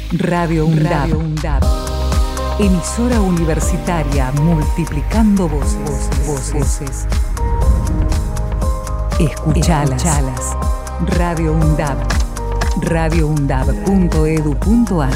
Radio UNDAB. Emisora universitaria multiplicando voces. Escuchalas. Radio UNDAB. radioundab.edu.ar.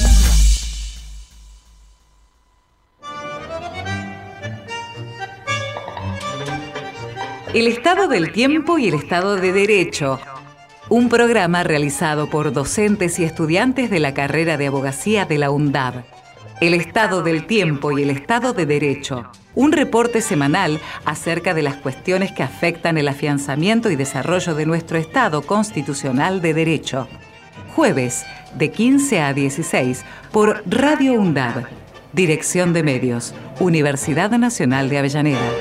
El Estado del Tiempo y el Estado de Derecho. Un programa realizado por docentes y estudiantes de la carrera de abogacía de la UNDAB. El Estado del Tiempo y el Estado de Derecho. Un reporte semanal acerca de las cuestiones que afectan el afianzamiento y desarrollo de nuestro Estado constitucional de Derecho. Jueves, de 15 a 16, por Radio UNDAB. Dirección de Medios, Universidad Nacional de Avellaneda.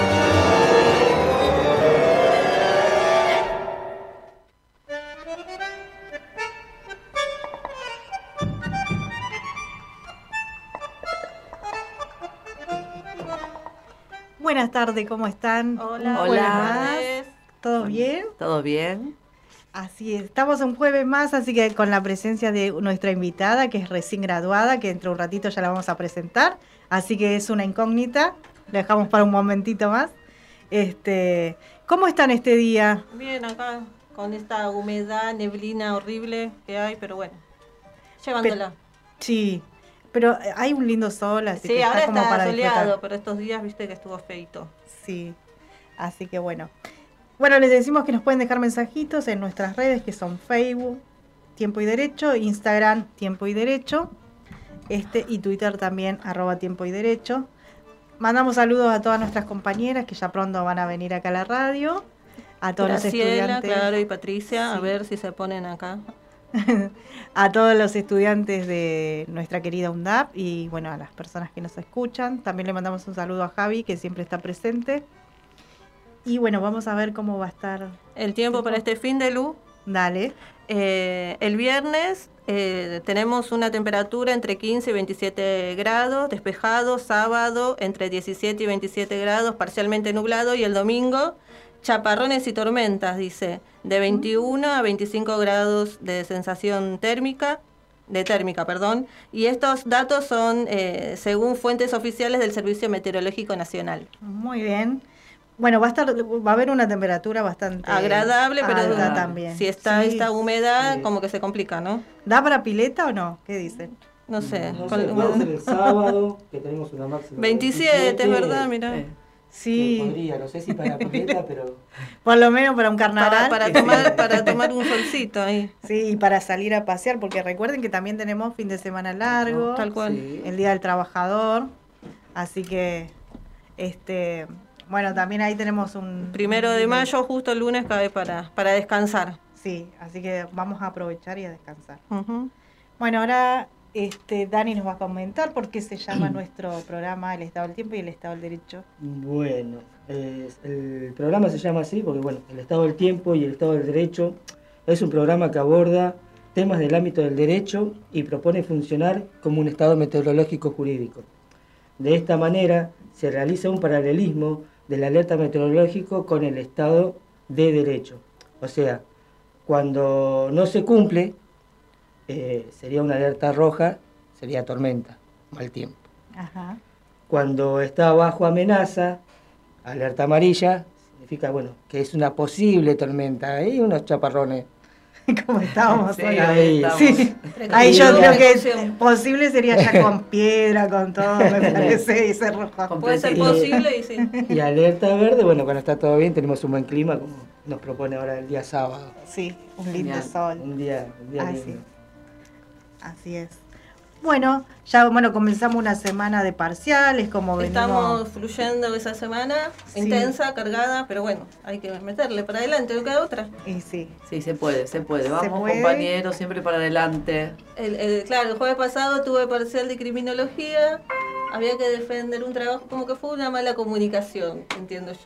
Buenas tardes, ¿cómo están? Hola. ¿Todo bien? ¿Todo bien? Así es, estamos un jueves más, así que con la presencia de nuestra invitada, que es recién graduada, que dentro de un ratito ya la vamos a presentar, así que es una incógnita, la dejamos para un momentito más. ¿Cómo están este día? Bien, acá con esta humedad, neblina horrible que hay, pero bueno, llevándola. Sí, pero hay un lindo sol, así sí, que ahora está como para soleado, disfrutar. pero estos días viste que estuvo feito. Sí, así que bueno. Bueno, les decimos que nos pueden dejar mensajitos en nuestras redes, que son Facebook, Tiempo y Derecho, Instagram, Tiempo y Derecho, y Twitter también, @Tiempo y Derecho. Mandamos saludos a todas nuestras compañeras que ya pronto van a venir acá a la radio, a todos Graciela, los estudiantes. Claro, y Patricia, Sí. a ver si se ponen acá. A todos los estudiantes de nuestra querida UNDAB y bueno, a las personas que nos escuchan. También le mandamos un saludo a Javi, que siempre está presente. Y bueno, vamos a ver cómo va a estar El tiempo para este fin de luz. Dale. El viernes tenemos una temperatura entre 15 y 27 grados, despejado, sábado entre 17 y 27 grados, parcialmente nublado, y el domingo chaparrones y tormentas, dice, de 21 a 25 grados de sensación térmica, y estos datos son según fuentes oficiales del Servicio Meteorológico Nacional. Muy bien. Bueno, va a haber una temperatura bastante agradable, pero alta también. Si está Sí. esta humedad, Sí. como que se complica, ¿no? ¿Da para pileta o no? ¿Qué dicen? No sé. No sé, puede ser el sábado, que tenemos una máxima. 27, es verdad, mira. Sí, Podría, no sé si para pileta, pero. por lo menos para un carnaval. Para tomar un solcito ahí. Sí, y para salir a pasear, porque recuerden que también tenemos fin de semana largo, Tal cual. Sí. el Día del Trabajador, así que, bueno, también ahí tenemos un... 1 de mayo, justo el lunes, cae para descansar. Sí, así que vamos a aprovechar y a descansar. Ujú. Bueno, ahora Dani nos va a comentar por qué se llama nuestro programa El Estado del Tiempo y el Estado del Derecho. Bueno, el programa se llama así porque, bueno, el Estado del Tiempo y el Estado del Derecho es un programa que aborda temas del ámbito del derecho y propone funcionar como un Estado meteorológico jurídico. De esta manera se realiza un paralelismo del alerta meteorológico con el Estado de Derecho. O sea, cuando no se cumple, sería una alerta roja, sería tormenta, mal tiempo. Ajá. Cuando está bajo amenaza, alerta amarilla, significa, bueno, que es una posible tormenta. Hay unos chaparrones. Como estábamos Sí, hoy. ahí Sí. Ahí yo Sí, creo que precaución. posible sería ya con piedra, con todo, me parece, y ser rojo. Puede ser posible y sí. Y alerta verde, bueno, cuando está todo bien, tenemos un buen clima, como nos propone ahora el día sábado. Sí, un lindo Genial. sol. Un día Ah, lindo. sí. Así es. Bueno, ya comenzamos una semana de parciales, como Estamos fluyendo esa semana, Sí. intensa, cargada, pero bueno, hay que meterle para adelante, no queda otra. Y sí, Sí, se puede. Vamos, puede. compañeros, siempre para adelante. Claro, el jueves pasado tuve parcial de criminología, había que defender un trabajo, como que fue una mala comunicación, entiendo yo.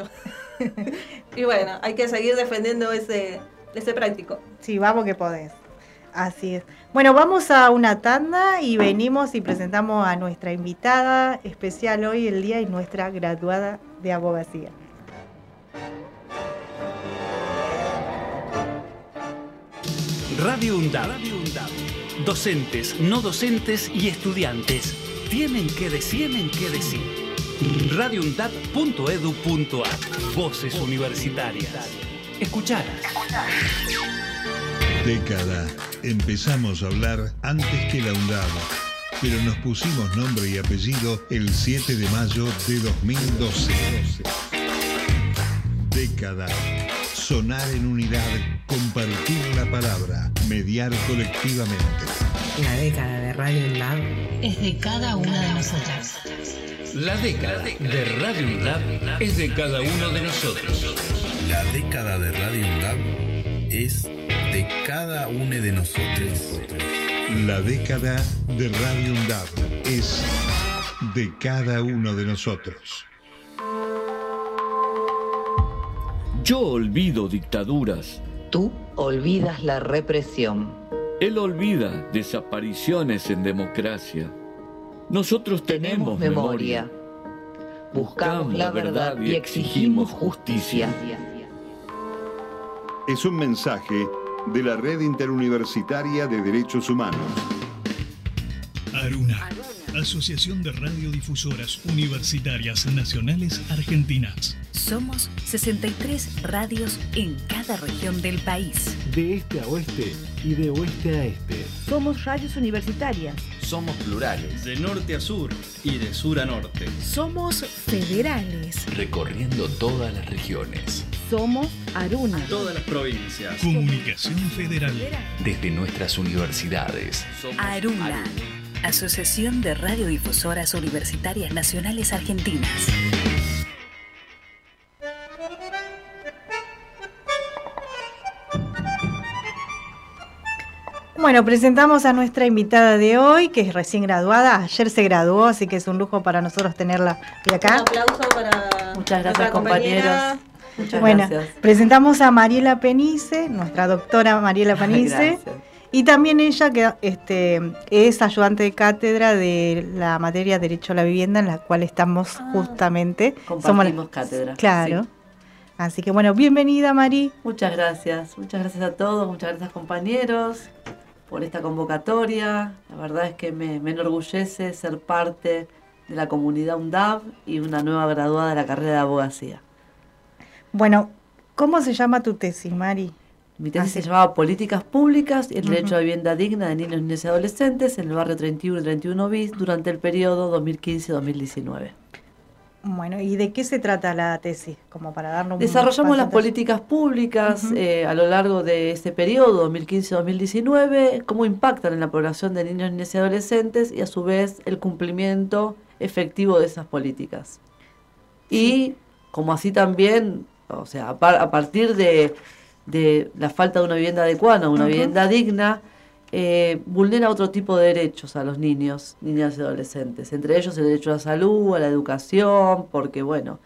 Y bueno, hay que seguir defendiendo ese práctico. sí, vamos que podés. Así es. Bueno, vamos a una tanda y venimos y presentamos a nuestra invitada especial hoy el día y nuestra graduada de abogacía. Radio UNDAB. docentes, no docentes y estudiantes tienen que decir. radioundab.edu.ar. Voces universitarias. Escuchalas. Década. Empezamos a hablar antes que la UNDAB, pero nos pusimos nombre y apellido el 7 de mayo de 2012. Década. Sonar en unidad, compartir la palabra, mediar colectivamente. La década de Radio UNDAB es de cada una de nosotras. La década de Radio UNDAB es de cada uno de nosotros. La década de Radio UNDAB es de cada uno de nosotros. La década de Radio UNDAB es de cada uno de nosotros. Yo olvido dictaduras. Tú olvidas la represión. Él olvida desapariciones en democracia. Nosotros tenemos memoria. Buscamos la verdad y exigimos justicia. Es un mensaje de la Red Interuniversitaria de Derechos Humanos. Aruna, Asociación de Radiodifusoras Universitarias Nacionales Argentinas. Somos 63 radios en cada región del país. De este a oeste y de oeste a este. Somos radios universitarias. Somos plurales. De norte a sur y de sur a norte. Somos federales. Recorriendo todas las regiones. Somos Aruna. Todas las provincias. Comunicación Federal. Desde nuestras universidades. Aruna. Asociación de Radiodifusoras Universitarias Nacionales Argentinas. Bueno, presentamos a nuestra invitada de hoy, que es recién graduada. Ayer se graduó, así que es un lujo para nosotros tenerla hoy acá. Un aplauso para muchas gracias, compañeros. Muchas gracias. Presentamos a Mariela Penice, nuestra doctora Mariela Penice. Gracias. Y también ella que es ayudante de cátedra de la materia Derecho a la Vivienda, en la cual estamos justamente. Compartimos cátedra. Claro. Sí. Así que bueno, bienvenida, Mari. Muchas gracias a todos, muchas gracias, compañeros, por esta convocatoria. La verdad es que me enorgullece ser parte de la comunidad UNDAB y una nueva graduada de la carrera de abogacía. Bueno, ¿cómo se llama tu tesis, Mari? Mi tesis se llamaba Políticas Públicas y el Derecho a Vivienda Digna de Niños, Niñas y Adolescentes en el barrio 31 y 31 bis durante el periodo 2015-2019. Bueno, ¿y de qué se trata la tesis? Como para darnos Desarrollamos las políticas públicas a lo largo de ese periodo, 2015-2019, cómo impactan en la población de niños, niñas y adolescentes y a su vez el cumplimiento efectivo de esas políticas. Y como así también, o sea, a partir de la falta de una vivienda adecuada, una vivienda digna, vulnera otro tipo de derechos a los niños, niñas y adolescentes, entre ellos el derecho a la salud, a la educación, porque bueno,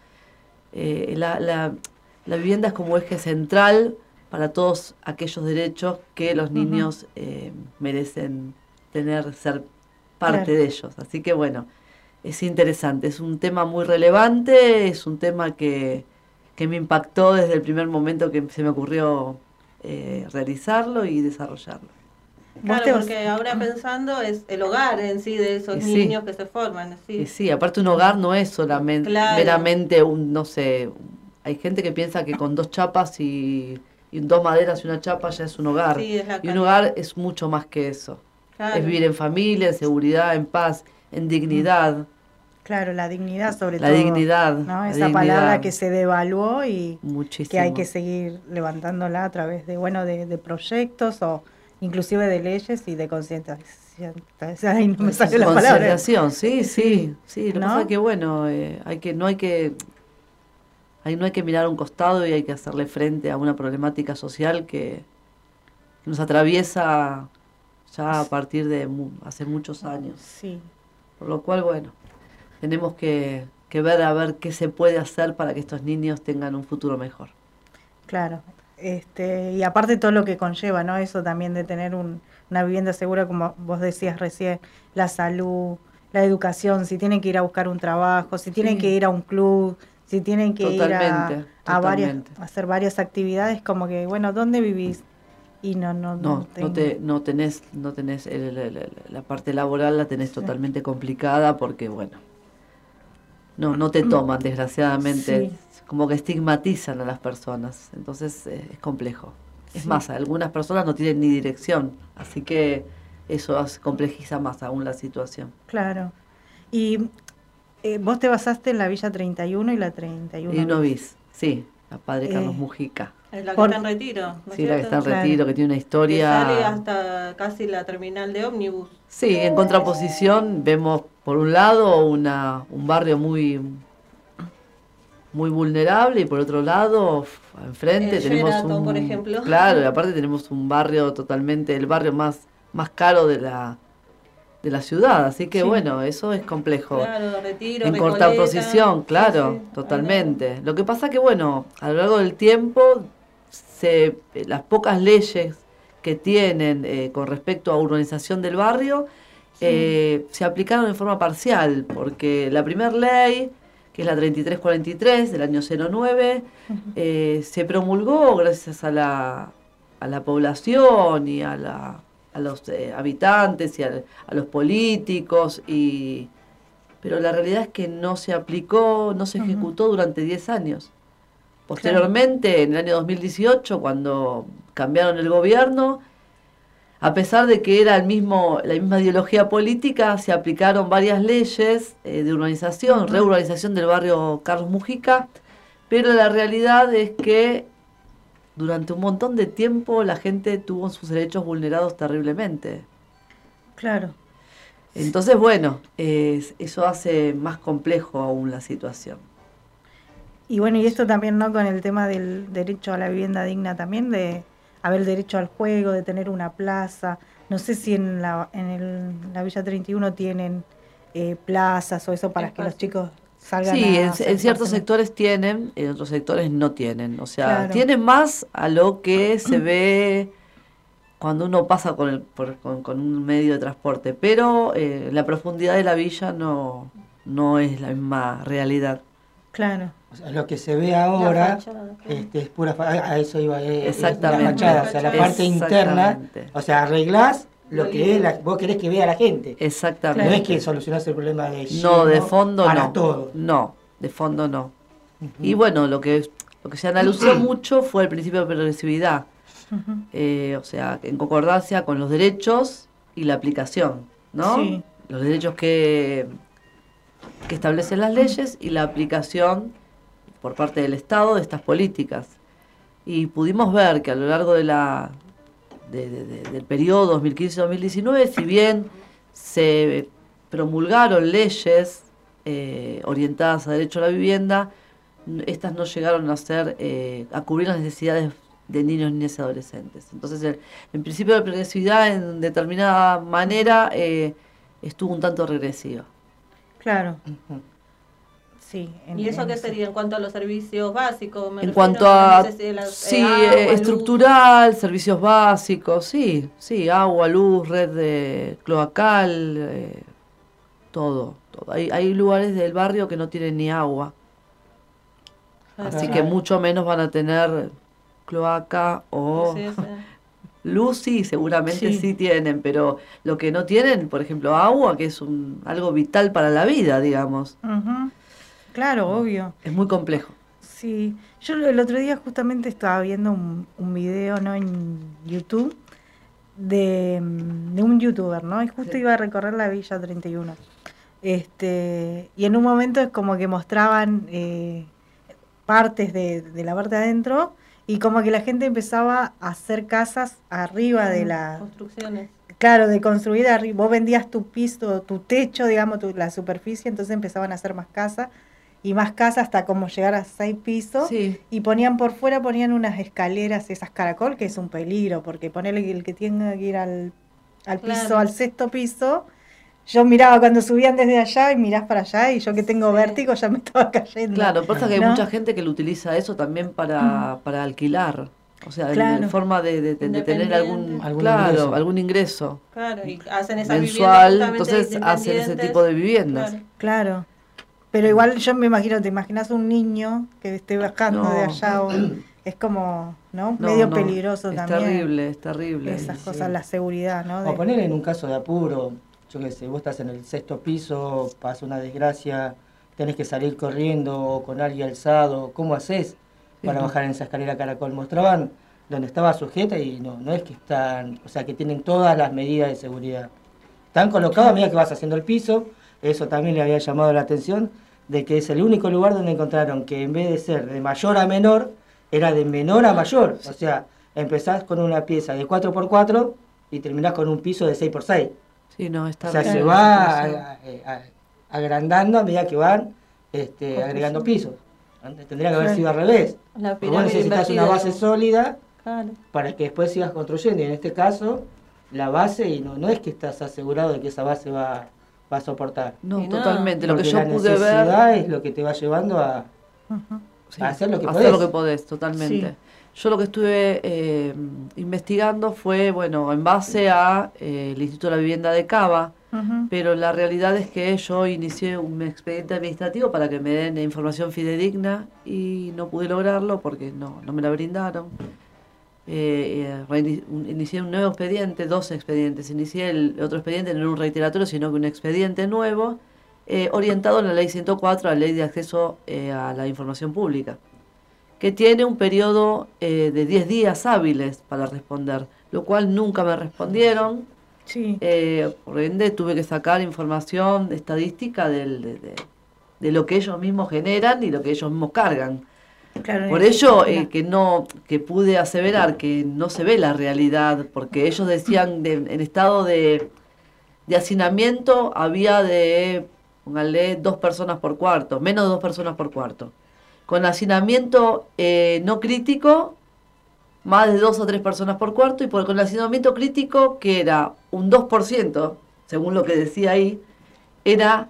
la vivienda es como eje central para todos aquellos derechos que los niños merecen ser parte de ellos. Así que bueno, es interesante, es un tema muy relevante, es un tema que me impactó desde el primer momento que se me ocurrió realizarlo y desarrollarlo. Claro, porque ahora pensando es el hogar en sí de esos niños que se forman. Sí, aparte un hogar no es solamente meramente no sé, hay gente que piensa que con 2 chapas y 2 maderas y una chapa ya es un hogar. Sí, y un hogar es mucho más que eso. Claro. Es vivir en familia, en seguridad, en paz, en dignidad. Claro, la dignidad sobre todo. La dignidad. ¿no? Esa palabra que se devaluó y muchísimo. Que hay que seguir levantándola a través de proyectos o inclusive de leyes y de concientización. Ahí no me sale la palabra. Concientización, sí. Lo que pasa es que bueno, no hay que mirar a un costado y hay que hacerle frente a una problemática social que nos atraviesa ya a partir de hace muchos años. Sí. Por lo cual, bueno, tenemos que ver a ver qué se puede hacer para que estos niños tengan un futuro mejor. Claro. Y aparte todo lo que conlleva, ¿no? Eso también de tener una vivienda segura, como vos decías recién, la salud, la educación, si tienen que ir a buscar un trabajo, si tienen que ir a un club, si tienen que ir a hacer varias actividades, como que, bueno, ¿dónde vivís? y no tenés la parte laboral, la tenés totalmente complicada porque, bueno, no te toman, desgraciadamente, como que estigmatizan a las personas, entonces es complejo. Es más, algunas personas no tienen ni dirección, así que eso complejiza más aún la situación. Claro. Y vos te basaste en la Villa 31 y la 31 Y 1 bis, sí, la Padre Carlos Mujica. La que está en Retiro, ¿no? Sí, la que está en Retiro, que tiene una historia... Que sale hasta casi la terminal de ómnibus. Sí, en contraposición vemos por un lado un barrio muy vulnerable y por otro lado, enfrente tenemos Sheraton, por ejemplo. Claro, y aparte tenemos un barrio totalmente, el barrio más caro de la ciudad, así que bueno, eso es complejo. Claro, Retiro, en Recoleta, contraposición, claro, totalmente. Lo que pasa que bueno, a lo largo del tiempo, las pocas leyes que tienen con respecto a urbanización del barrio, se aplicaron en forma parcial, porque la primera ley, que es la 3343 del año 09, se promulgó gracias a la población y a los habitantes y a los políticos, pero la realidad es que no se aplicó, no se ejecutó durante 10 años. Posteriormente, en el año 2018, cuando cambiaron el gobierno, a pesar de que era la misma ideología política, se aplicaron varias leyes de urbanización, reurbanización del barrio Carlos Mujica, pero la realidad es que durante un montón de tiempo la gente tuvo sus derechos vulnerados terriblemente. Claro. Entonces, bueno, eso hace más complejo aún la situación. Y bueno, y esto también, ¿no? Con el tema del derecho a la vivienda digna también, de haber derecho al juego, de tener una plaza. No sé si en la Villa 31 tienen plazas o eso para que los chicos salgan. Sí, en ciertos sectores tienen, en otros sectores no tienen. O sea, tienen más a lo que se ve cuando uno pasa con un medio de transporte, pero la profundidad de la villa no es la misma realidad. Claro. O sea, lo que se ve ahora es pura a eso iba, exactamente. La fachada, o sea, la parte interna, o sea, arreglás lo que es vos querés que vea la gente. Exactamente. No es que solucionás el problema de no, de fondo para no. todo. No, de fondo no. Y bueno, lo que se analizó mucho fue el principio de progresividad. O sea, en concordancia con los derechos y la aplicación, ¿no? Sí. Los derechos que establecen las leyes y la aplicación por parte del Estado de estas políticas. Y pudimos ver que a lo largo del periodo 2015-2019, si bien se promulgaron leyes orientadas a derecho a la vivienda, estas no llegaron a cubrir las necesidades de niños, niñas y adolescentes. Entonces, el principio de progresividad en determinada manera estuvo un tanto regresivo. Claro. Sí. ¿Y eso qué sería en cuanto a los servicios básicos? En cuanto a estructural, servicios básicos, sí, agua, luz, red cloacal, todo. Hay lugares del barrio que no tienen ni agua. Así que mucho menos van a tener cloaca o luz, sí, seguramente sí tienen, pero lo que no tienen, por ejemplo, agua, que es algo vital para la vida, digamos. Claro, obvio. Es muy complejo. Sí, yo el otro día justamente estaba viendo un video, ¿no?, en YouTube de un youtuber, ¿no? Y justo iba a recorrer la Villa 31. Y en un momento es como que mostraban partes de la parte de adentro y como que la gente empezaba a hacer casas arriba de la... Construcciones. Claro, de construir arriba. Vos vendías tu piso, tu techo, digamos, la superficie, entonces empezaban a hacer más casas y más casas hasta como llegar a 6 pisos. Sí. Y ponían por fuera, ponían unas escaleras, esas caracol, que es un peligro, porque ponerle el que tenga que ir al piso, al 6º piso... Yo miraba cuando subían desde allá y mirás para allá y yo que tengo vértigo ya me estaba cayendo. Claro, pasa que hay mucha gente que lo utiliza eso también para alquilar. O sea, en forma de tener algún ingreso. Claro, y hacen esa mensual, entonces hacen ese tipo de viviendas. Claro. Pero igual yo me imagino, te imaginas un niño que esté bajando de allá es como, ¿no? Medio peligroso es también. Es terrible. Esas cosas, la seguridad, ¿no? O poner en un caso de apuro, yo qué sé, vos estás en el 6º piso, pasa una desgracia, tenés que salir corriendo o con alguien alzado, ¿cómo haces para bajar en esa escalera caracol? Mostraban donde estaba sujeta y no es que están, o sea, que tienen todas las medidas de seguridad. Están colocados a medida que vas haciendo el piso, eso también le había llamado la atención, de que es el único lugar donde encontraron que en vez de ser de mayor a menor, era de menor a mayor. O sea, empezás con una pieza de 4x4 y terminás con un piso de 6x6. Sí, no, está o sea, se va agrandando a medida que van agregando pisos. Tendría que haber sido al revés. Vos necesitas una base sólida para que después sigas construyendo. Y en este caso, la base, y no es que estás asegurado de que esa base va a soportar. No, totalmente. Lo que yo la pude necesidad ver es lo que te va llevando a hacer lo que podés. Hacer lo que podés, totalmente. Sí. Yo lo que estuve investigando fue, bueno, en base a el Instituto de la Vivienda de Cava, pero la realidad es que yo inicié un expediente administrativo para que me den información fidedigna y no pude lograrlo porque no me la brindaron. Inicié un nuevo expediente, 2 expedientes. Inicié el otro expediente, no era un reiteratorio, sino que un expediente nuevo, orientado en la Ley 104, la Ley de Acceso a la Información Pública, que tiene un periodo de 10 días hábiles para responder, lo cual nunca me respondieron. Sí. Por ende, tuve que sacar información estadística de lo que ellos mismos generan y lo que ellos mismos cargan. Claro, por ello que pude aseverar que no se ve la realidad, porque ellos decían en estado de hacinamiento había póngale 2 personas por cuarto, menos de 2 personas por cuarto. Con hacinamiento no crítico, más de 2 o 3 personas por cuarto, y con el hacinamiento crítico, que era un 2%, según lo que decía ahí, era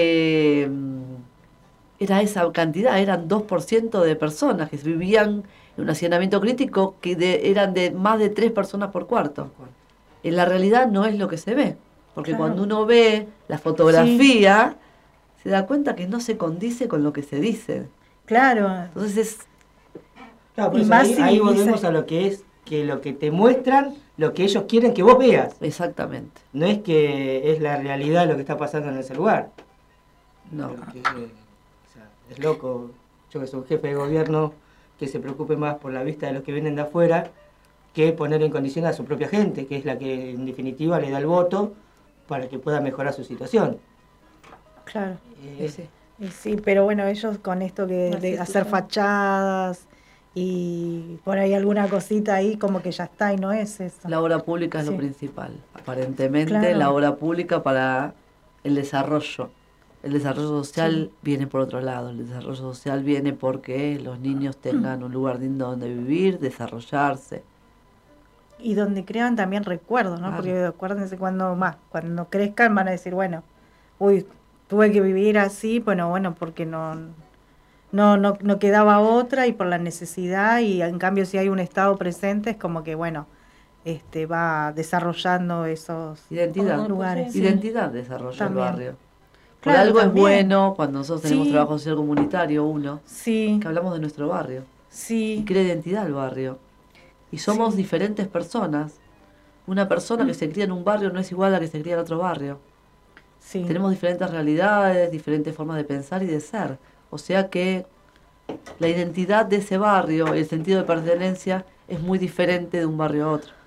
esa cantidad, eran 2% de personas que vivían en un hacinamiento crítico que eran de más de 3 personas por cuarto. En la realidad no es lo que se ve, porque cuando uno ve la fotografía, se da cuenta que no se condice con lo que se dice. Claro. Entonces y más ahí volvemos a lo que es, que lo que te muestran, lo que ellos quieren que vos veas. Exactamente. No es que es la realidad lo que está pasando en ese lugar. No. Porque, es loco, yo que soy un jefe de gobierno, que se preocupe más por la vista de los que vienen de afuera que poner en condición a su propia gente, que es la que en definitiva le da el voto para que pueda mejorar su situación. Claro. Sí, pero bueno, ellos con esto de hacer fachadas y por ahí alguna cosita ahí como que ya está y no es eso. La obra pública es lo principal. Aparentemente la obra pública para el desarrollo. El desarrollo social viene por otro lado. El desarrollo social viene porque los niños tengan un lugar lindo donde vivir, desarrollarse. Y donde crean también recuerdos, ¿no? Claro. Porque acuérdense cuando crezcan van a decir, bueno, tuve que vivir así, bueno, porque no quedaba otra y por la necesidad, y en cambio si hay un Estado presente es como que, bueno, va desarrollando esos lugares. Identidad desarrolla el barrio. Por Claro, algo también. es bueno cuando nosotros tenemos trabajo social comunitario, que hablamos de nuestro barrio. Sí. Y crea identidad al barrio. Y somos diferentes personas. Una persona que se cría en un barrio no es igual a la que se cría en otro barrio. Sí. Tenemos diferentes realidades, diferentes formas de pensar y de ser. O sea que la identidad de ese barrio, el sentido de pertenencia, es muy diferente de un barrio a otro.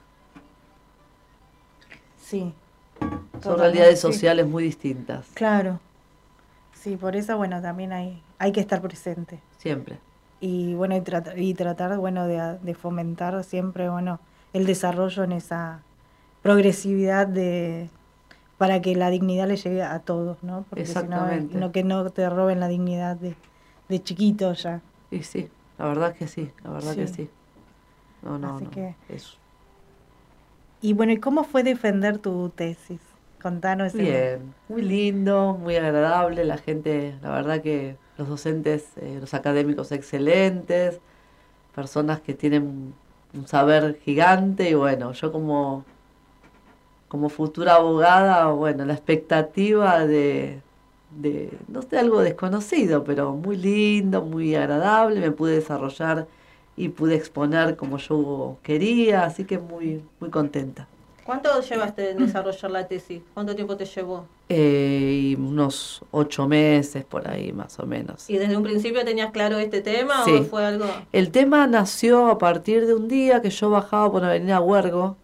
Sí. Son realidades sociales muy distintas. Claro. Sí, por eso, bueno, también hay que estar presente. Siempre. Y bueno, y tratar bueno, de fomentar siempre, bueno, el desarrollo en esa progresividad para que la dignidad le llegue a todos, ¿no? Porque Exactamente. Si no, que no te roben la dignidad de chiquito ya. Y sí, la verdad que sí, que sí. Así que... Eso. Y bueno, ¿y cómo fue defender tu tesis? Contanos. Bien, muy lindo, muy agradable, la gente, la verdad que los docentes, los académicos excelentes, personas que tienen un saber gigante, y bueno, yo como futura abogada, bueno, la expectativa de no sé, algo desconocido, pero muy lindo, muy agradable, me pude desarrollar y pude exponer como yo quería, así que muy, muy contenta. ¿Cuánto llevaste en desarrollar la tesis? ¿Cuánto tiempo te llevó? Y unos 8 meses por ahí, más o menos. ¿Y desde un principio tenías claro este tema Sí. o fue algo...? El tema nació a partir de un día que yo bajaba por la avenida Huergo,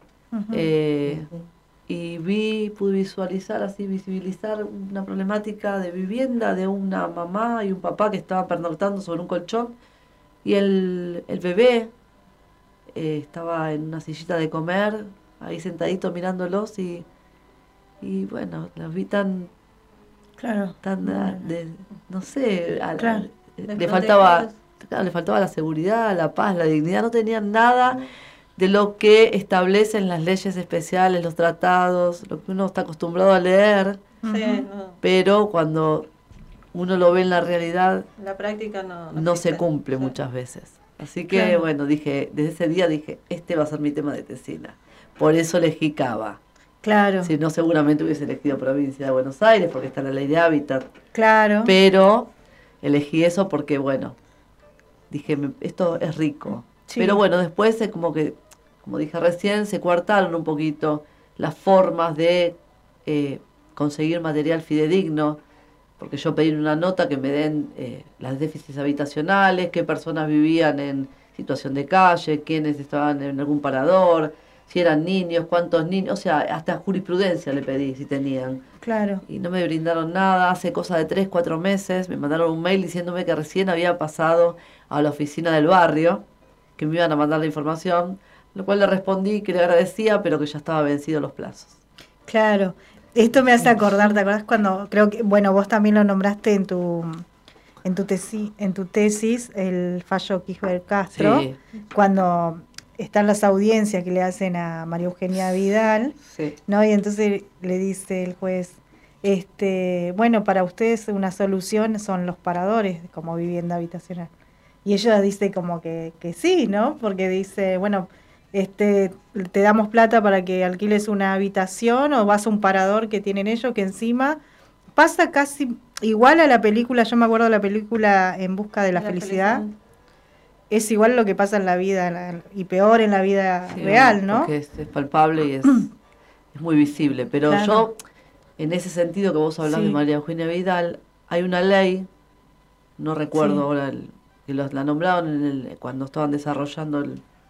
y pude visualizar, así visibilizar una problemática de vivienda de una mamá y un papá que estaban pernoctando sobre un colchón, y el bebé estaba en una sillita de comer, ahí sentadito mirándolos, y bueno, los vi tan no sé, le faltaba la seguridad, la paz, la dignidad, no tenían nada de lo que establecen las leyes especiales, los tratados, lo que uno está acostumbrado a leer, pero cuando uno lo ve en la realidad, la práctica no se cumple muchas veces. Así que bueno, desde ese día dije, este va a ser mi tema de tesina. Por eso elegí Cava. Claro. Si no, seguramente hubiese elegido provincia de Buenos Aires, porque está la ley de hábitat. Claro. Pero elegí eso porque, bueno, dije, esto es rico. Sí. Pero bueno, después como dije recién, se coartaron un poquito las formas de conseguir material fidedigno, porque yo pedí una nota que me den las déficits habitacionales, qué personas vivían en situación de calle, quiénes estaban en algún parador, si eran niños, cuántos niños, o sea, hasta jurisprudencia le pedí si tenían. Claro. Y no me brindaron nada. Hace cosa de 3, 4 meses me mandaron un mail diciéndome que recién había pasado a la oficina del barrio, que me iban a mandar la información, lo cual le respondí que le agradecía, pero que ya estaba vencido los plazos. Claro. Esto me hace acordar, ¿te acordás cuando, creo que, bueno, vos también lo nombraste en tu tesis, el fallo Kirchberg Castro, sí, cuando están las audiencias que le hacen a María Eugenia Vidal, sí, ¿no? Y entonces le dice el juez, bueno, para ustedes una solución son los paradores como vivienda habitacional. Y ella dice como que sí, ¿no? Porque dice, bueno, te damos plata para que alquiles una habitación o vas a un parador que tienen ellos, que encima pasa casi igual a la película, yo me acuerdo de la película En busca de la felicidad. Es igual lo que pasa en la vida, y peor en la vida real, ¿no? Porque es palpable y es muy visible. Pero claro, yo, en ese sentido que vos hablás de María Eugenia Vidal, hay una ley, no recuerdo ahora, que la nombraron cuando estaban desarrollando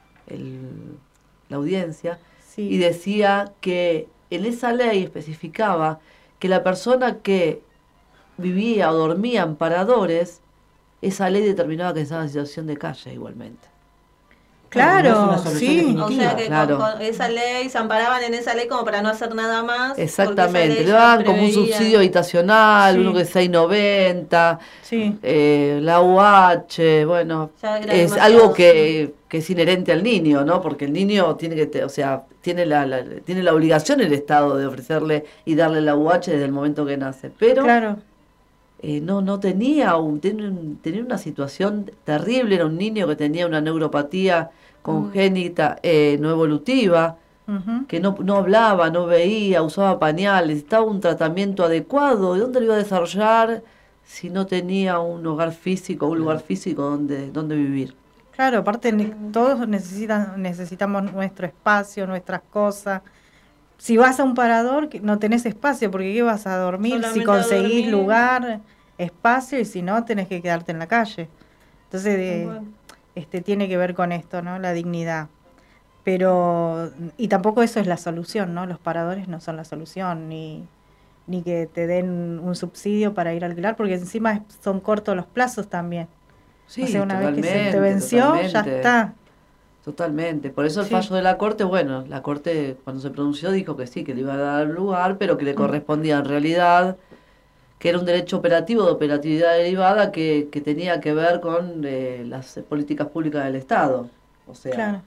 la audiencia, y decía que en esa ley especificaba que la persona que vivía o dormía en paradores, esa ley determinaba que estaba en situación de calle igualmente. Claro, sí. O sea que con esa ley se amparaban en esa ley como para no hacer nada más. Exactamente, le daban como un subsidio habitacional, uno que es 6.90, la UH, bueno, es algo que es inherente al niño, ¿no? Porque el niño tiene tiene la obligación el Estado de ofrecerle y darle la UH desde el momento que nace, pero no tenía tenía una situación terrible, era un niño que tenía una neuropatía congénita no evolutiva, que no hablaba, no veía, usaba pañales, necesitaba un tratamiento adecuado. ¿De dónde lo iba a desarrollar si no tenía un hogar físico, un lugar físico donde vivir? Claro, aparte todos necesitamos nuestro espacio, nuestras cosas. Si vas a un parador, no tenés espacio, porque ¿qué vas a dormir? Solamente si conseguís lugar, espacio, y si no, tenés que quedarte en la calle. Entonces, tiene que ver con esto, ¿no? La dignidad. Pero, y tampoco eso es la solución, ¿no? Los paradores no son la solución, ni que te den un subsidio para ir a alquilar, porque encima son cortos los plazos también. Sí, o sea, una vez que se te venció, ya está. Totalmente. Por eso el fallo de la Corte, bueno, la Corte cuando se pronunció dijo que sí, que le iba a dar lugar, pero que le correspondía en realidad, que era un derecho operativo de operatividad derivada que tenía que ver con las políticas públicas del Estado. O sea,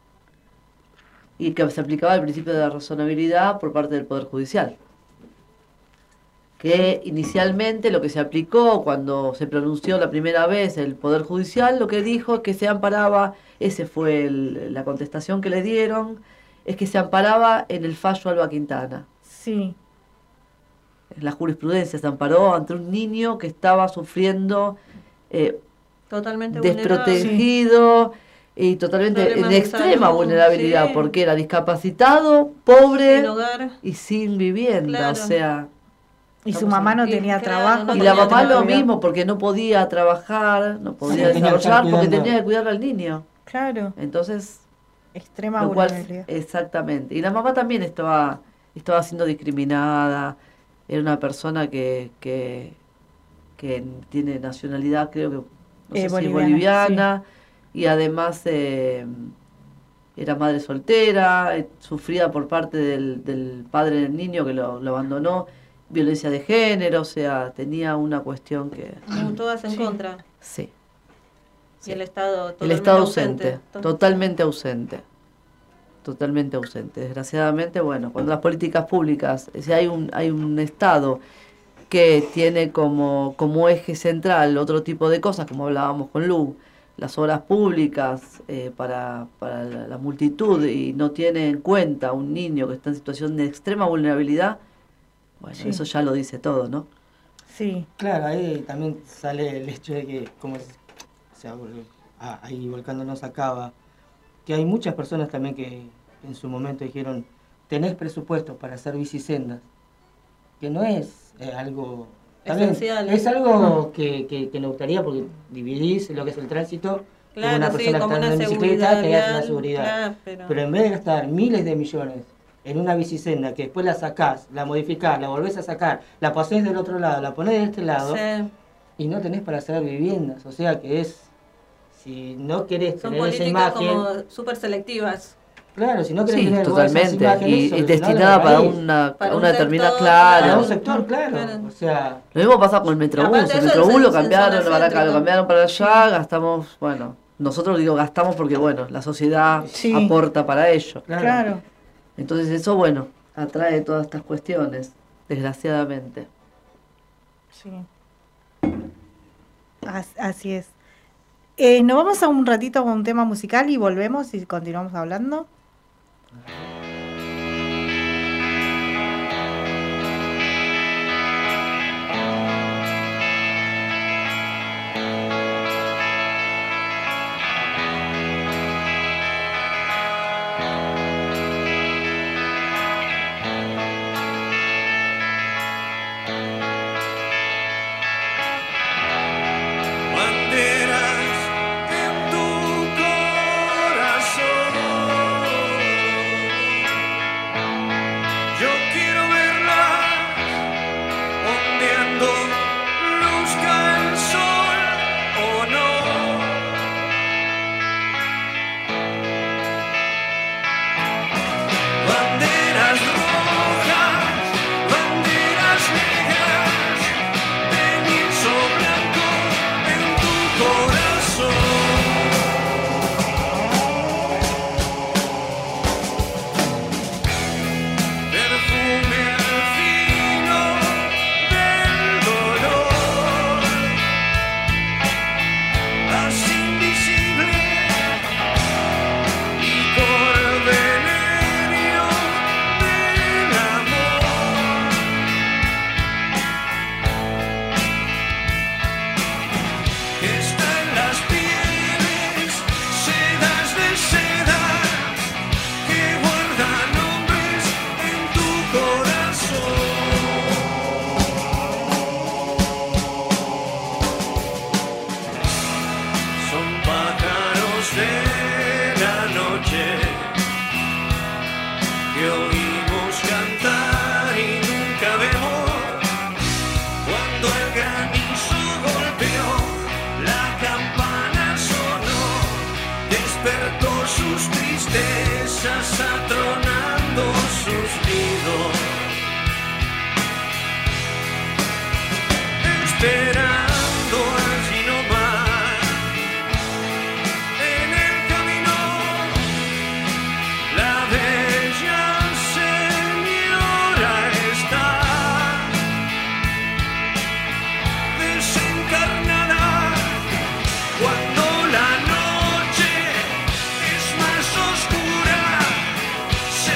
y que se aplicaba el principio de la razonabilidad por parte del Poder Judicial. Que inicialmente lo que se aplicó cuando se pronunció la primera vez el Poder Judicial, lo que dijo es que se amparaba, ese fue la contestación que le dieron, es que se amparaba en el fallo Alba Quintana. Sí. La jurisprudencia se amparó ante un niño que estaba sufriendo totalmente desprotegido, Y totalmente Problemas en de extrema salud, vulnerabilidad, sí. porque era discapacitado, pobre Sin hogar. y sin vivienda, Claro. o sea... Y su mamá no tenía trabajo. Y la mamá lo mismo, porque no podía trabajar, no podía desarrollar, porque tenía que cuidar al niño. Claro. Entonces... Extrema vulnerabilidad. Exactamente. Y la mamá también estaba siendo discriminada. Era una persona que tiene nacionalidad, creo que, no sé si boliviana, sí. Y además era madre soltera, sufrida por parte del padre del niño que lo abandonó, violencia de género, o sea, tenía una cuestión que... Todas en contra. Sí. Y el Estado ausente, totalmente ausente. Totalmente ausente. Desgraciadamente, bueno, cuando las políticas públicas, si hay un Estado que tiene como eje central otro tipo de cosas, como hablábamos con Lu, las obras públicas para la multitud, y no tiene en cuenta un niño que está en situación de extrema vulnerabilidad, bueno, sí. Eso ya lo dice todo, ¿no? Sí. Claro, ahí también sale el hecho de que, como ahí volcándonos acá, que hay muchas personas también que en su momento dijeron, tenés presupuesto para hacer bicisendas, que no es algo... esencial. Es algo que nos gustaría, porque dividís lo que es el tránsito, claro, una persona como que está en bicicleta, te das una seguridad. Claro, pero en vez de gastar miles de millones en una bicisenda, que después la sacás, la modificás, la volvés a sacar, la pasés del otro lado, la ponés de este lado, sí. Y no tenés para hacer viviendas, o sea que es... Si no querés son tener esa imagen... Son políticas como súper selectivas. Claro, si no querés sí, tener totalmente. Imágenes, y destinada para una determinada... Claro. Para un sector, claro. O sea... Lo mismo pasa con el Metrobús. El Metrobús lo cambiaron para acá, lo cambiaron para allá, gastamos... Bueno, nosotros gastamos porque, bueno, la sociedad aporta para ello. Claro. Entonces eso, bueno, atrae todas estas cuestiones, desgraciadamente. Sí. Así es. Nos vamos a un ratito con un tema musical y volvemos y continuamos hablando. Cuando la noche es más oscura,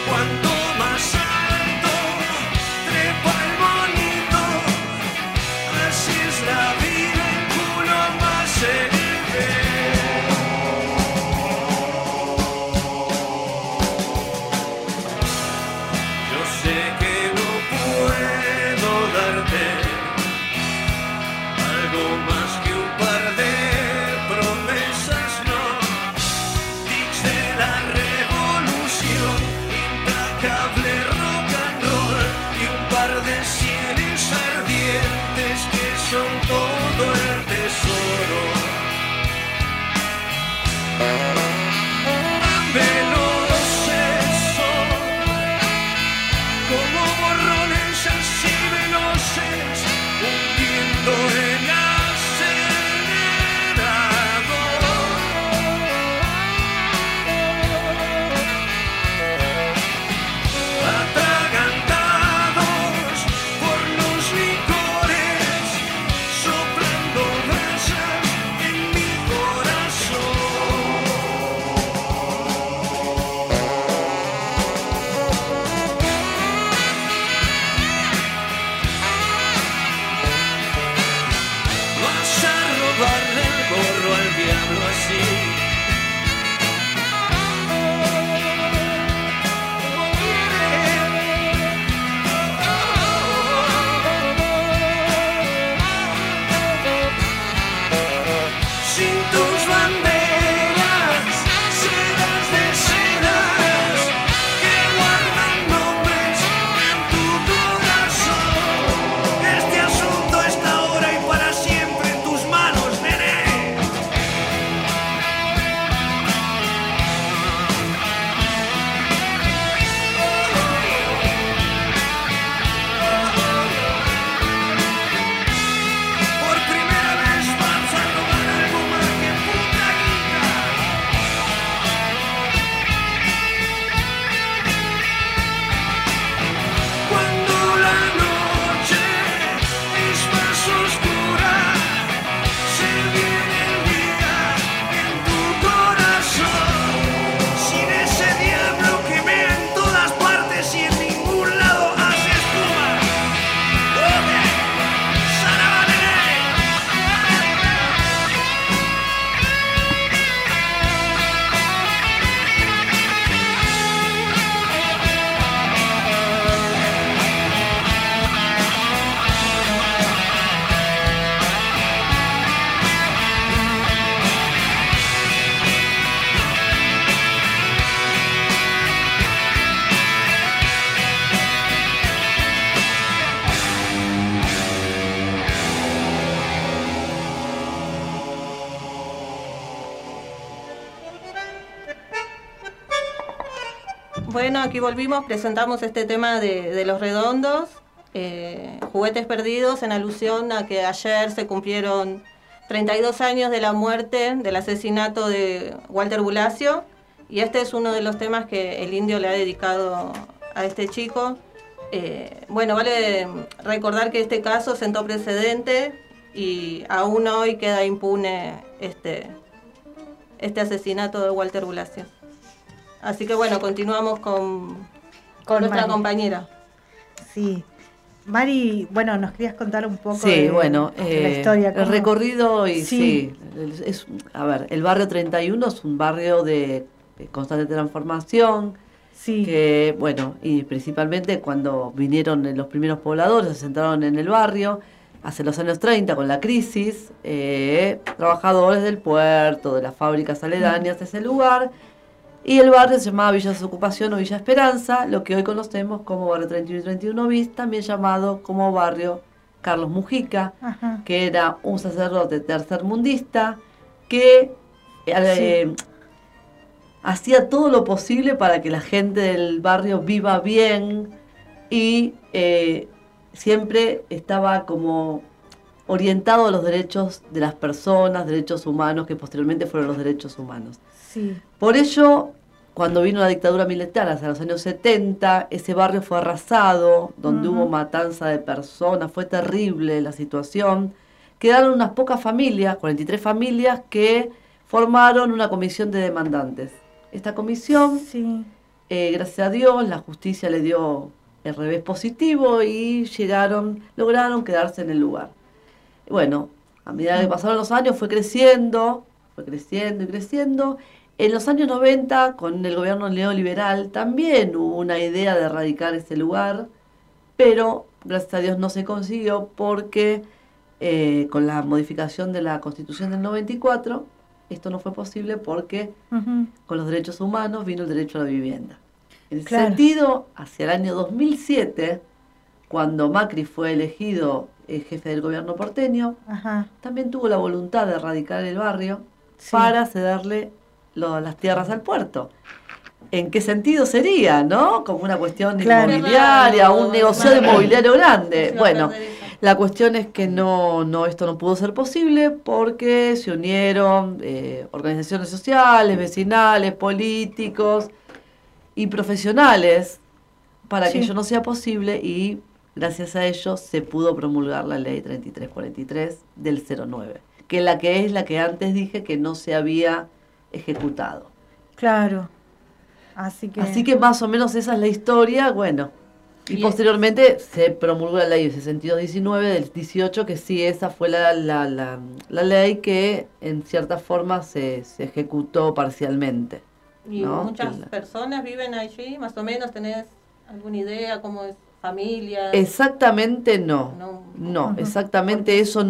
Cuanto más alto trepa el monito, así es la vida, el culo más se ve. Yo sé que no puedo darte algo más que un par de promesas, no. Tics de la revolución, implacable rock and roll y un par de sienes ardientes que son todo el tesoro. Veloz eso, como borrones así veloces, hundiendo el acelerador. Atragantados por los licores, soplando brasas en mi corazón. Vas a robarle el gorro al diablo así. Sin tus banderas, sedas de sedas que guardan nombres en tu corazón. Este asunto está ahora y para siempre en tus manos, nene. Por primera vez vas a robar algo más que puta guita. Cuando la noche es más oscura, se viene el día en tu corazón. Sin ese diablo que mea en todas partes y en ningún lado hace espuma. ¡Oye! ¡Sarabanene! Bueno, aquí volvimos, presentamos este tema de Los Redondos, Juguetes Perdidos, en alusión a que ayer se cumplieron 32 años de la muerte, del asesinato de Walter Bulacio, y este es uno de los temas que el Indio le ha dedicado a este chico. Bueno, vale recordar que este caso sentó precedente y aún hoy queda impune este asesinato de Walter Bulacio. Así que bueno, continuamos con nuestra Mari. compañera. Sí. Mari, bueno, nos querías contar un poco Sí, de bueno, la historia. el ¿cómo? recorrido y Sí. a ver, el barrio 31 es un barrio de constante transformación, que bueno, y principalmente cuando vinieron los primeros pobladores, se asentaron en el barrio, hace los años 30 con la crisis, trabajadores del puerto, de las fábricas aledañas de ese lugar, y el barrio se llamaba Villa Desocupación o Villa Esperanza, lo que hoy conocemos como barrio 31 y 31 bis, también llamado como barrio Carlos Mujica, Ajá. que era un sacerdote tercermundista que hacía todo lo posible para que la gente del barrio viva bien y siempre estaba como orientado a los derechos de las personas, derechos humanos, que posteriormente fueron los derechos humanos. Sí. Por ello, cuando vino la dictadura militar hacia los años 70, ese barrio fue arrasado, donde hubo matanza de personas, fue terrible la situación. Quedaron unas pocas familias, 43 familias, que formaron una comisión de demandantes. Esta comisión Gracias a Dios, la justicia le dio el revés positivo y lograron quedarse en el lugar. Bueno, a medida que pasaron los años fue creciendo y creciendo. En los años 90, con el gobierno neoliberal, también hubo una idea de erradicar ese lugar, pero gracias a Dios no se consiguió porque con la modificación de la Constitución del 94, esto no fue posible porque con los derechos humanos vino el derecho a la vivienda. En ese sentido, hacia el año 2007, cuando Macri fue elegido jefe del gobierno porteño, también tuvo la voluntad de erradicar el barrio para cederle las tierras al puerto. ¿En qué sentido sería, no? Como una cuestión inmobiliaria, un negocio de inmobiliario grande. Bueno, la cuestión es que esto no pudo ser posible porque se unieron organizaciones sociales, vecinales, políticos y profesionales para que ello no sea posible, y gracias a ello se pudo promulgar la ley 3343 del 09, que es la que antes dije que no se había ejecutado. Claro. Así que más o menos esa es la historia, bueno. Y posteriormente se promulgó la ley 6219 del 18, que sí, esa fue la ley que en cierta forma se ejecutó parcialmente. ¿Y ¿no? muchas personas viven allí? Más o menos, ¿tenés alguna idea cómo es? ¿Familias? Exactamente no, exactamente eso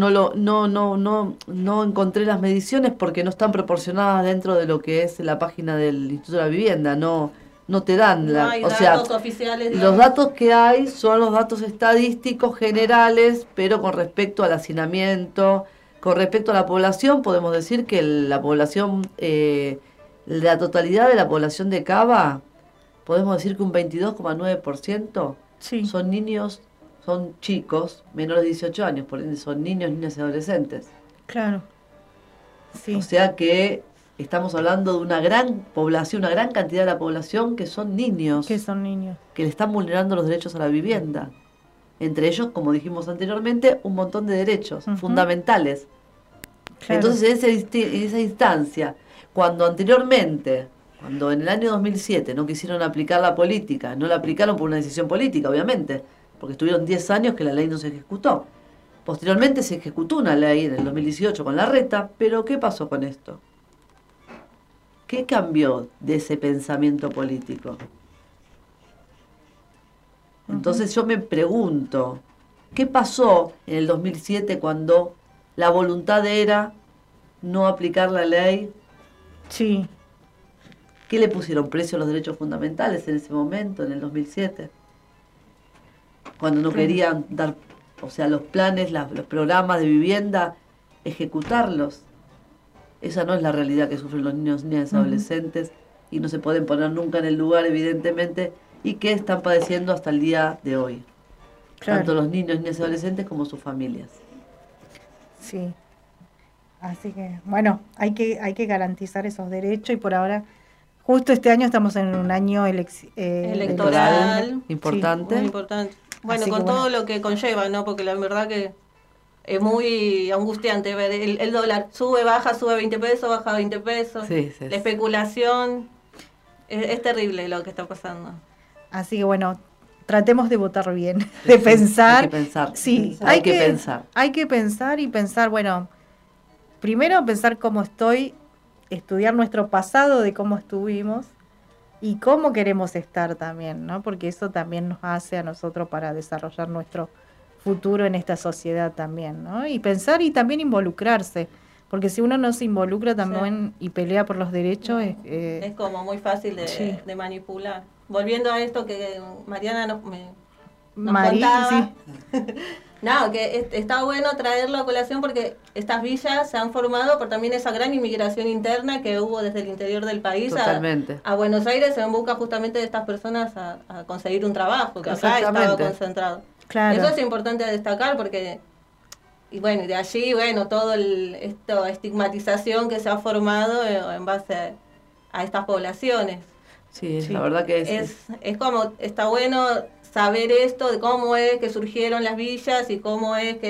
no encontré las mediciones porque no están proporcionadas dentro de lo que es la página del Instituto de la Vivienda, no te dan datos oficiales, los datos que hay son los datos estadísticos generales, pero con respecto al hacinamiento, con respecto a la población, podemos decir que la población, la totalidad de la población de Cava, podemos decir que un 22,9% son niños, son chicos menores de 18 años, por ende son niños, niñas y adolescentes. Claro. Sí. O sea que estamos hablando de una gran población, una gran cantidad de la población que son niños. Que le están vulnerando los derechos a la vivienda. Entre ellos, como dijimos anteriormente, un montón de derechos fundamentales. Claro. Entonces, en esa instancia, cuando en el año 2007 no quisieron aplicar la política, no la aplicaron por una decisión política, obviamente, porque estuvieron 10 años que la ley no se ejecutó. Posteriormente se ejecutó una ley en el 2018 con la Reta, pero ¿qué pasó con esto? ¿Qué cambió de ese pensamiento político? Entonces yo me pregunto, ¿qué pasó en el 2007 cuando la voluntad era no aplicar la ley? Sí. ¿Qué le pusieron precio a los derechos fundamentales en ese momento, en el 2007? Cuando no querían dar, los planes, los programas de vivienda, ejecutarlos. Esa no es la realidad que sufren los niños, niñas y adolescentes, y no se pueden poner nunca en el lugar, evidentemente, y que están padeciendo hasta el día de hoy. Claro. Tanto los niños, niñas y adolescentes como sus familias. Sí. Así que, bueno, hay que garantizar esos derechos, y por ahora, justo este año estamos en un año electoral importante. Muy importante. Bueno, con todo lo que conlleva, ¿no? Porque la verdad que es muy angustiante ver el dólar sube, baja, sube 20 pesos, baja 20 pesos. Sí, la especulación, es terrible lo que está pasando. Así que bueno, tratemos de votar bien, de pensar. Hay que pensar. Sí, hay que pensar. Hay que pensar y pensar, bueno, primero pensar cómo estoy, estudiar nuestro pasado de cómo estuvimos y cómo queremos estar también, ¿no? Porque eso también nos hace a nosotros para desarrollar nuestro futuro en esta sociedad también, ¿no? Y pensar y también involucrarse, porque si uno no se involucra también y pelea por los derechos es como muy fácil de manipular. Volviendo a esto que Mariana nos contaba, no, que está bueno traerlo a colación porque estas villas se han formado por también esa gran inmigración interna que hubo desde el interior del país a Buenos Aires en busca justamente de estas personas a conseguir un trabajo, que acá estaba concentrado. Claro. Eso es importante destacar porque, y bueno, de allí, bueno, todo esta estigmatización que se ha formado en base a estas poblaciones. Sí, la verdad que es como, está bueno saber esto de cómo es que surgieron las villas y cómo es que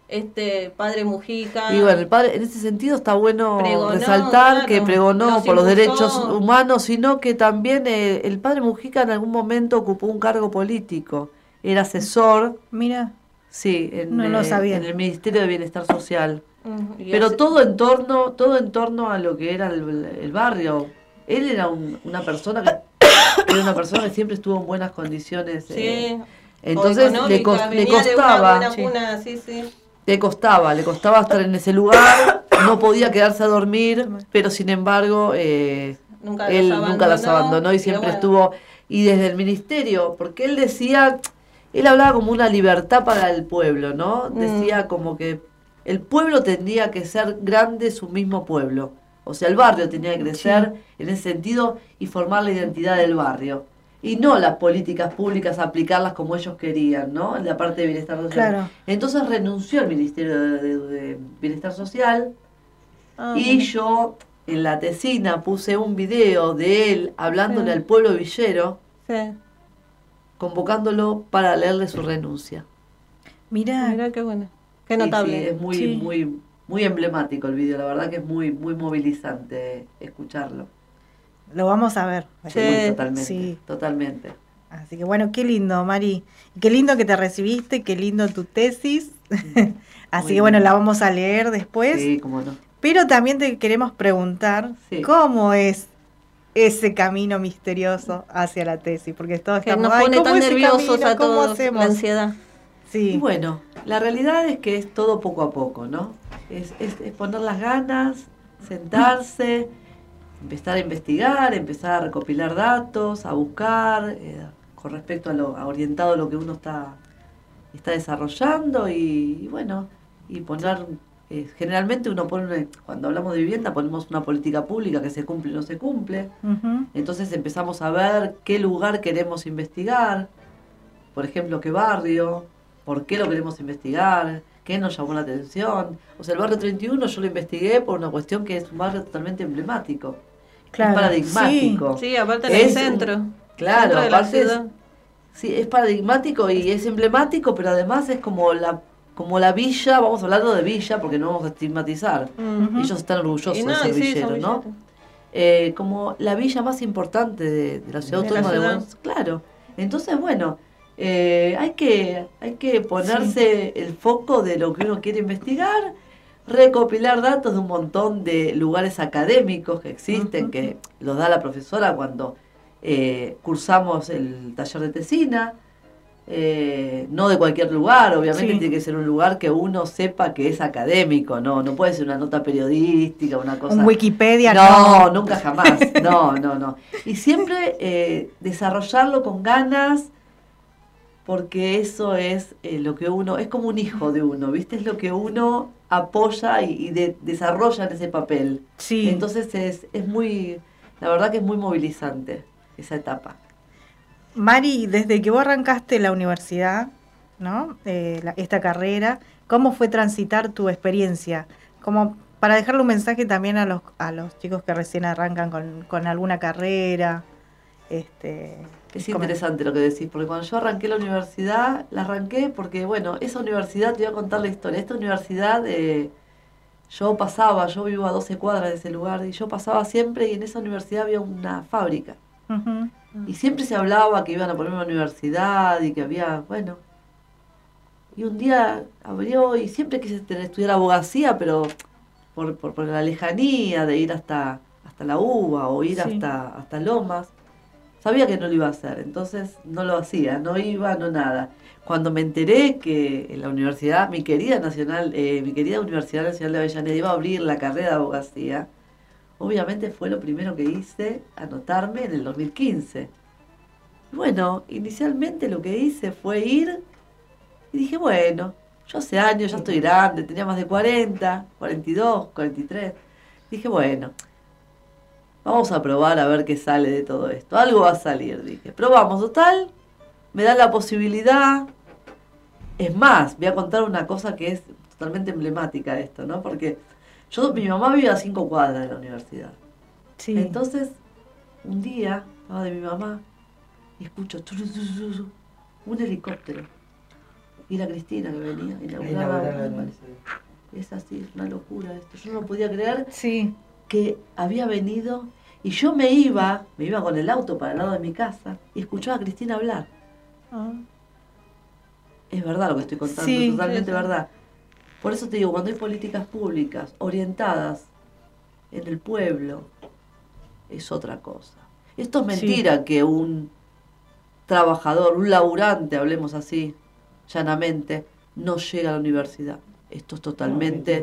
Padre Mujica. Y bueno, el padre, en ese sentido está bueno Pregonó, resaltar claro, que pregonó los por los impulsó. derechos humanos, sino que también el padre Mujica en algún momento ocupó un cargo político. Era asesor. Mira. Sí, No lo sabía. en el Ministerio de Bienestar Social. Y Pero así- todo en torno a lo que era el barrio. Él era una persona que siempre estuvo en buenas condiciones. Sí. Entonces le Económica, le venía de una costaba. buena Sí. cuna, sí. Le costaba estar en ese lugar, no podía quedarse a dormir, pero sin embargo Nunca él los nunca las abandonó y pero siempre bueno. estuvo, y desde el ministerio, porque él decía, él hablaba como una libertad para el pueblo, ¿no? Decía como que el pueblo tendría que ser grande su mismo pueblo, o sea, el barrio tenía que crecer en ese sentido y formar la identidad del barrio. Y no las políticas públicas aplicarlas como ellos querían, ¿no? En la parte de bienestar social. Claro. Entonces renunció al Ministerio de Bienestar Social y mira. yo en la tesina puse un video de él hablándole al pueblo villero, convocándolo para leerle su renuncia. Mirá qué bueno. Qué Sí, notable. sí, es muy emblemático el video, la verdad que es muy movilizante escucharlo. Lo vamos a ver. Sí, totalmente, totalmente. Así que bueno, qué lindo, Mari. Qué lindo que te recibiste, qué lindo tu tesis. Así Muy que bueno, bien. la vamos a leer después. Sí, cómo no. Pero también te queremos preguntar cómo es ese camino misterioso hacia la tesis, porque todos Que estamos, nos pone ¿cómo tan es ese nerviosos camino? a ¿Cómo todos, hacemos? la ansiedad. Sí. Y bueno, la realidad es que es todo poco a poco, ¿no? Es poner las ganas, sentarse, empezar a investigar, empezar a recopilar datos, a buscar, con respecto a orientado a lo que uno está desarrollando y bueno, y poner, generalmente uno pone, cuando hablamos de vivienda ponemos una política pública que se cumple o no se cumple, entonces empezamos a ver qué lugar queremos investigar, por ejemplo, qué barrio, por qué lo queremos investigar, qué nos llamó la atención. O sea, el barrio 31 yo lo investigué por una cuestión que es un barrio totalmente emblemático. Claro, es paradigmático. Sí, aparte en el centro. Claro, Centro de la aparte ciudad. sí, es paradigmático y es emblemático, pero además es como la villa, vamos hablando de villa porque no vamos a estigmatizar. Ellos están orgullosos Y de no, ser y sí, villeros, son ¿no? Como la villa más importante de la ciudad De la autónoma de ciudad. Buenos Aires. Claro. Entonces, bueno, hay que ponerse el foco de lo que uno quiere investigar, recopilar datos de un montón de lugares académicos que existen, que los da la profesora cuando cursamos el taller de tesina, no de cualquier lugar, obviamente tiene que ser un lugar que uno sepa que es académico, no puede ser una nota periodística, una cosa... Un Wikipedia, no. Nunca jamás, no. Y siempre desarrollarlo con ganas, porque eso es lo que uno, es como un hijo de uno, ¿viste? Es lo que uno apoya y desarrolla en ese papel. Sí. Entonces es muy, la verdad que es muy movilizante esa etapa. Mari, desde que vos arrancaste la universidad, ¿no? Esta carrera, ¿cómo fue transitar tu experiencia? Como para dejarle un mensaje también a los chicos que recién arrancan con alguna carrera. Es interesante lo que decís, porque cuando yo arranqué la universidad, la arranqué porque, bueno, esa universidad, te voy a contar la historia, esta universidad, yo vivo a 12 cuadras de ese lugar, y yo pasaba siempre y en esa universidad había una fábrica. Y siempre se hablaba que iban a poner una universidad y que había, bueno. Y un día abrió y siempre quise estudiar abogacía, pero por la lejanía de ir hasta la UBA o ir hasta Lomas. Sabía que no lo iba a hacer, entonces no lo hacía, no iba, no nada. Cuando me enteré que en la universidad, mi querida Universidad Nacional de Avellaneda iba a abrir la carrera de abogacía, obviamente fue lo primero que hice, anotarme en el 2015. Bueno, inicialmente lo que hice fue ir y dije, bueno, yo hace años, ya estoy grande, tenía más de 40, 42, 43. Dije, bueno, vamos a probar a ver qué sale de todo esto. Algo va a salir, dije. Probamos, total, me dan la posibilidad. Es más, voy a contar una cosa que es totalmente emblemática de esto, ¿no? Porque mi mamá vive a 5 cuadras de la universidad. Sí. Entonces, un día, estaba de mi mamá, y escucho un helicóptero. Y la Cristina que venía, es así, es una locura esto. Yo no podía creer que había venido, y yo me iba con el auto para el lado de mi casa y escuchaba a Cristina hablar. Es verdad lo que estoy contando, totalmente verdad. Por eso te digo, cuando hay políticas públicas orientadas en el pueblo, es otra cosa. Esto es mentira que un trabajador, un laburante, hablemos así, llanamente, no llega a la universidad. Esto es totalmente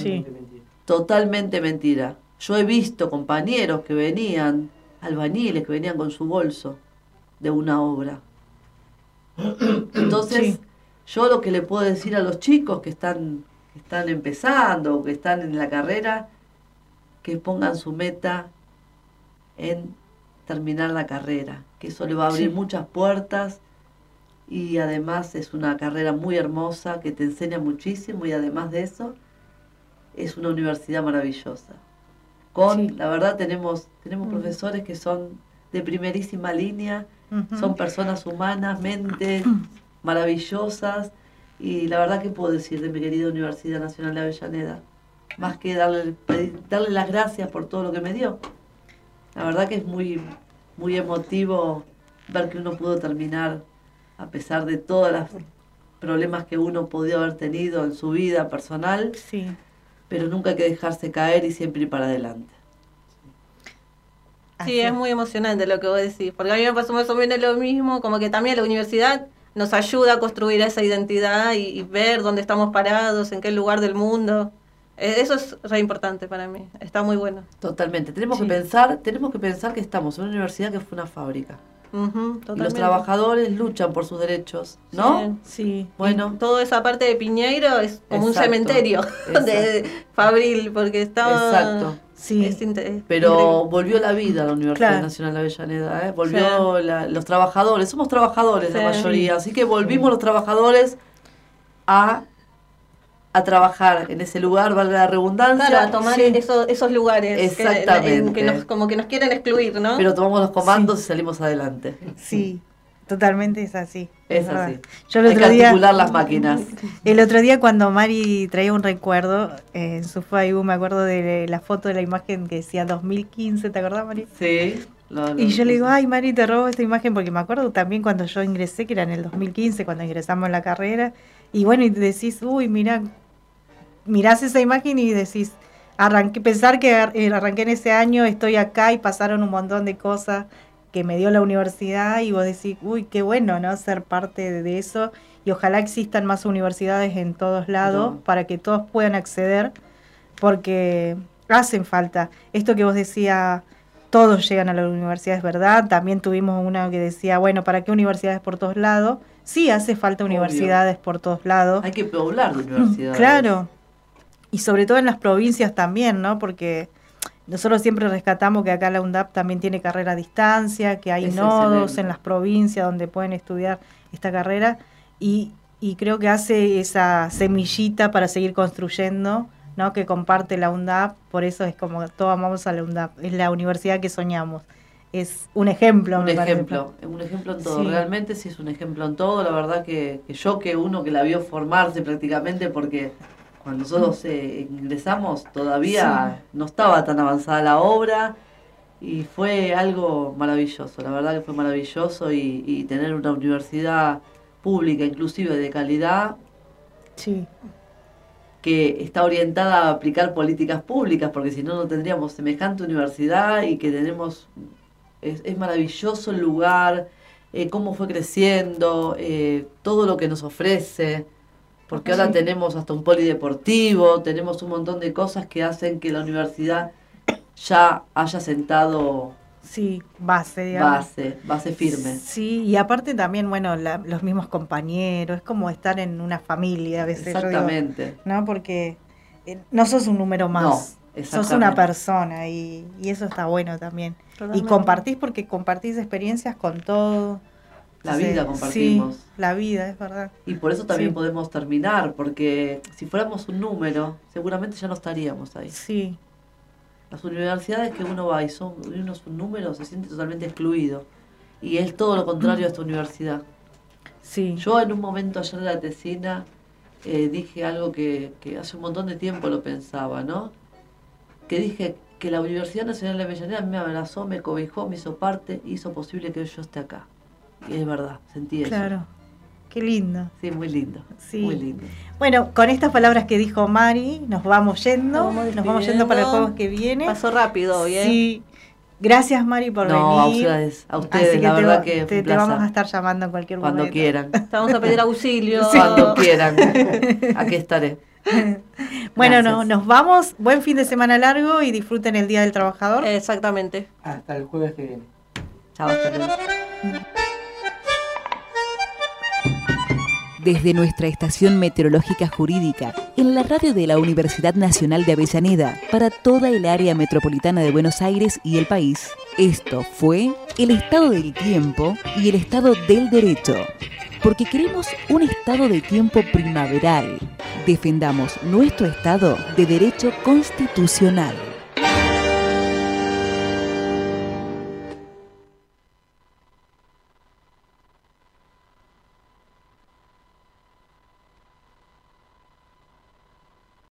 mentira. Yo he visto compañeros que venían, albañiles que venían con su bolso de una obra. Entonces, yo lo que le puedo decir a los chicos que están empezando, que están en la carrera, que pongan su meta en terminar la carrera, que eso le va a abrir muchas puertas, y además es una carrera muy hermosa que te enseña muchísimo, y además de eso es una universidad maravillosa. La verdad tenemos profesores que son de primerísima línea, son personas humanas, mentes maravillosas, y la verdad que puedo decir de mi querida Universidad Nacional de Avellaneda, más que darle las gracias por todo lo que me dio. La verdad que es muy, muy emotivo ver que uno pudo terminar a pesar de todos los problemas que uno podía haber tenido en su vida personal, pero nunca hay que dejarse caer y siempre ir para adelante. Sí, es muy emocionante lo que vos decís, porque a mí me pasó más o menos lo mismo, como que también la universidad nos ayuda a construir esa identidad y ver dónde estamos parados, en qué lugar del mundo. Eso es re importante para mí, está muy bueno. Totalmente, tenemos que pensar que estamos en una universidad que fue una fábrica. Y los trabajadores luchan por sus derechos, ¿no? Sí. Bueno, y toda esa parte de Piñeiro es como un cementerio de Fabril, porque estaba... Pero volvió la vida a la Universidad Nacional de Avellaneda, volvió los trabajadores, somos trabajadores la mayoría, así que volvimos los trabajadores a trabajar en ese lugar, valga la redundancia. Claro, a tomar esos lugares exactamente. que como que nos quieren excluir, ¿no? Pero tomamos los comandos y salimos adelante. Sí, totalmente es así. Es así. Yo Hay que articular las máquinas. El otro día cuando Mari traía un recuerdo en su Facebook, me acuerdo de la foto de la imagen que decía 2015, ¿te acordás, Mari? Sí. Y yo le digo, ay, Mari, te robo esta imagen, porque me acuerdo también cuando yo ingresé, que era en el 2015, cuando ingresamos en la carrera, y bueno, y decís, uy, mirás esa imagen y decís, pensar que arranqué en ese año, estoy acá y pasaron un montón de cosas que me dio la universidad, y vos decís, uy, qué bueno, ¿no? Ser parte de eso, y ojalá existan más universidades en todos lados para que todos puedan acceder, porque hacen falta. Esto que vos decías, todos llegan a la universidad, es verdad. También tuvimos una que decía, bueno, ¿para qué universidades por todos lados? Sí, hace falta universidades por todos lados. Hay que poblar de universidades. Claro. Y sobre todo en las provincias también, ¿no? Porque nosotros siempre rescatamos que acá la UNDAP también tiene carrera a distancia, que hay nodos en las provincias donde pueden estudiar esta carrera, y creo que hace esa semillita para seguir construyendo, ¿no? Que comparte la UNDAP, por eso es como todos amamos a la UNDAP, es la universidad que soñamos. Es un ejemplo. Un ejemplo en todo, realmente sí es un ejemplo en todo. La verdad que uno que la vio formarse prácticamente, porque cuando nosotros ingresamos todavía no estaba tan avanzada la obra, y fue algo maravilloso, la verdad que fue maravilloso, y tener una universidad pública, inclusive de calidad, que está orientada a aplicar políticas públicas, porque si no, no tendríamos semejante universidad, y que tenemos... Es maravilloso el lugar, cómo fue creciendo, todo lo que nos ofrece, porque ahora tenemos hasta un polideportivo, tenemos un montón de cosas que hacen que la universidad ya haya sentado base, digamos. Base firme. Sí, y aparte también, bueno, los mismos compañeros, es como estar en una familia a veces. Exactamente. Yo digo, ¿no? Porque no sos un número más. Sos una persona, y eso está bueno también. Totalmente. Y compartís, porque compartís experiencias con todo. La vida compartimos. Sí, la vida, es verdad. Y por eso también podemos terminar, porque si fuéramos un número, seguramente ya no estaríamos ahí. Sí. Las universidades que uno va y uno es un número, se siente totalmente excluido. Y es todo lo contrario a esta universidad. Sí. Yo en un momento ayer de la tesina dije algo que hace un montón de tiempo lo pensaba, ¿no? Que dije que la Universidad Nacional de Avellaneda me abrazó, me cobijó, me hizo parte, hizo posible que yo esté acá. Y es verdad, sentí eso. Claro, qué lindo. Sí, muy lindo. Sí. Muy lindo. Bueno, con estas palabras que dijo Mari, nos vamos yendo. Nos vamos yendo para el jueves que viene. Pasó rápido hoy, ¿eh? Sí. Gracias, Mari, por venir. A ustedes, Así que la verdad que te vamos a estar llamando en cualquier momento. Cuando quieran. Te vamos a pedir auxilio. Sí. Cuando quieran. Aquí estaré. Bueno, nos vamos. Buen fin de semana largo y disfruten el Día del Trabajador. Exactamente. Hasta el jueves que viene. Chao, hasta luego. Desde nuestra estación meteorológica jurídica, en la radio de la Universidad Nacional de Avellaneda, para toda el área metropolitana de Buenos Aires y el país, esto fue el estado del tiempo y el estado del derecho. Porque queremos un estado de tiempo primaveral. Defendamos nuestro estado de derecho constitucional.